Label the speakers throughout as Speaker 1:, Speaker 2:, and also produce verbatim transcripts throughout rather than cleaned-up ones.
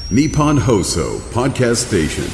Speaker 1: Nippon Hoso Podcast Station。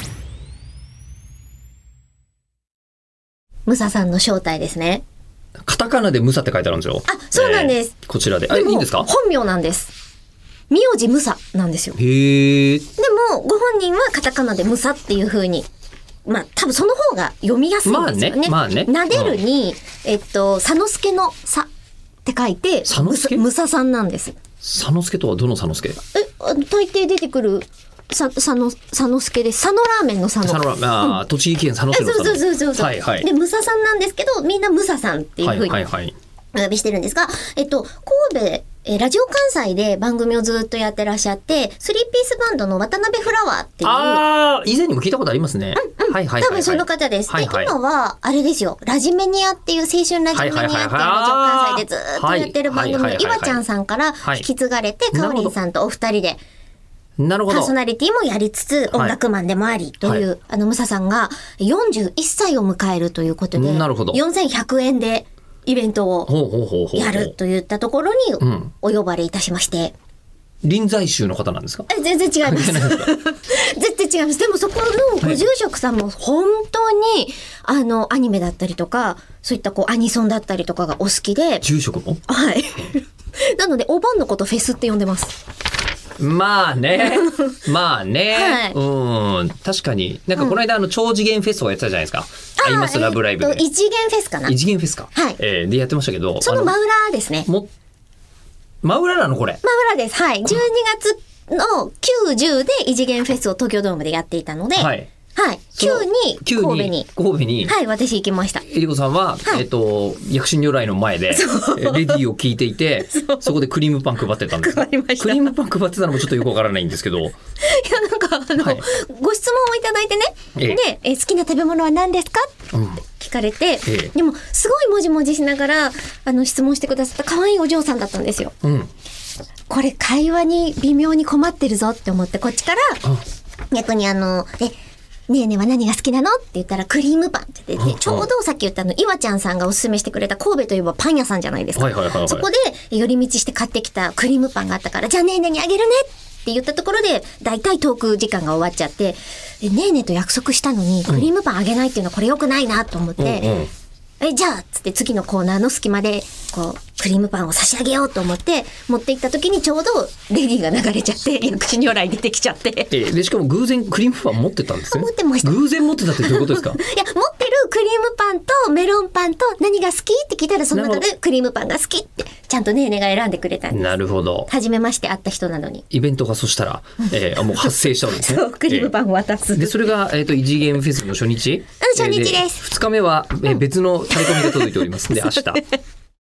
Speaker 2: ムサさんの正体ですね。
Speaker 3: カタカナでムサって書いてあるんですよ。
Speaker 2: あ、そうなんです、
Speaker 3: えー、こちらで。あ、
Speaker 2: でも
Speaker 3: いいんですか？
Speaker 2: 本名なんです。名字ムサなんですよ。
Speaker 3: へー。
Speaker 2: でもご本人はカタカナでムサっていう風に、まあ多分その方が読みやすいんですよね。
Speaker 3: まあね。まあね。
Speaker 2: なでるに、うん、えっと佐之助のさって書いて
Speaker 3: 佐之助？
Speaker 2: ムサさんなんです。
Speaker 3: 佐之助とはどの佐之助？
Speaker 2: え、大抵出てくるさ佐野佐之助です。佐野ラーメンの佐野。
Speaker 3: 佐野ラーメン、あ、うん、栃木県佐野市の佐野。
Speaker 2: そうそうそうそう。
Speaker 3: はいはい。
Speaker 2: でムサさんなんですけど、みんなムサさんっていう風に。
Speaker 3: はいはいはい。
Speaker 2: お呼びしてるんですが、えっと、神戸、えー、ラジオ関西で番組をずっとやってらっしゃって、スリーピースバンドの渡辺フラワーっていう。
Speaker 3: ああ、以前にも聞いたことありますね。
Speaker 2: うんうん。
Speaker 3: はいはいはい、はい。
Speaker 2: 多分その方です。
Speaker 3: はいはい、
Speaker 2: で、今は、あれですよ、ラジメニアっていう青春ラジメニアっていうラジオ関西でずっとやってる番組の岩ちゃんさんから引き継がれて、かおりんさんとお二人で、
Speaker 3: なるほど。
Speaker 2: パーソナリティもやりつつ、音楽マンでもありという、はい、あの、ムサさんがよんじゅういっさいを迎えるということで、
Speaker 3: なるほど。
Speaker 2: よんせんひゃくえんで、イベントをやるといったところにお呼ばれいたしまして、
Speaker 3: うん、臨済宗の方なんですか？
Speaker 2: え、全然違います全然違います。でもそこのご住職さんも本当にあのアニメだったりとか、そういったこうアニソンだったりとかがお好きで。
Speaker 3: 住職も？
Speaker 2: はいなのでお盆のことフェスって呼んでます。
Speaker 3: まあねまあね、
Speaker 2: はい、
Speaker 3: うん、確かになんかこの間、うん、あの超次元フェスとかやってたじゃないですか。あります、ラブライブで、
Speaker 2: えっと、異次元フェスかな。
Speaker 3: 異次元フェスか、
Speaker 2: はい、
Speaker 3: えー、でやってましたけど、
Speaker 2: その真裏ですね。
Speaker 3: も真裏なのこれ？
Speaker 2: 真裏です。はい。じゅうにがつのきゅう、じゅうで異次元フェスを東京ドームでやっていたので、はい。はい。きゅうに神戸に。
Speaker 3: 神戸に。
Speaker 2: はい、私行きました。
Speaker 3: えりこさんは、はい、えっと、薬師如来の前で、レディーを聞いていて、そ, そこでクリームパン配ってたんです。
Speaker 2: 配りました。
Speaker 3: クリームパン配ってたのもちょっとよくわからないんですけど。いや、
Speaker 2: なんか、あの、はい、ご質問をいただいてね、ええ、でえ、好きな食べ物は何ですかって聞かれて、うんええ、でも、すごいもじもじしながら、あの、質問してくださった可愛いお嬢さんだったんですよ。うん、これ、会話に微妙に困ってるぞって思って、こっちから、逆にあの、え、ねえねえは何が好きなのって言ったらクリームパンって出て、ちょうどさっき言ったの岩ちゃんさんがおすすめしてくれた神戸といえばパン屋さんじゃないですか、はいはいはいはい、そこで寄り道して買ってきたクリームパンがあったから、じゃあねえねえにあげるねって言ったところでだいたいトーク時間が終わっちゃって、ねえねえと約束したのにクリームパンあげないっていうのはこれ良くないなと思って、うんうん、えじゃあつって次のコーナーの隙間でこうクリームパンを差し上げようと思って持って行った時にちょうどレディーが流れちゃって薬師如来出てきちゃって、
Speaker 3: えでしかも偶然クリームパン持ってたんですね。
Speaker 2: 持ってました。
Speaker 3: 偶然持ってたってどういうことですか？
Speaker 2: いや持ってるクリームパンとメロンパンと何が好きって聞いたらその中でクリームパンが好きってちゃんとねえねが選んでくれたんです。
Speaker 3: なるほど。
Speaker 2: 初めまして会った人なのに
Speaker 3: イベントがそしたら、えー、もう発生したんですね。
Speaker 2: そうクリームパンを渡す、
Speaker 3: えー、でそれが、えー、と異次元フェスの初日、
Speaker 2: 初日です。
Speaker 3: ふつかめは、えー、別のタレコミで届いておりますんで明日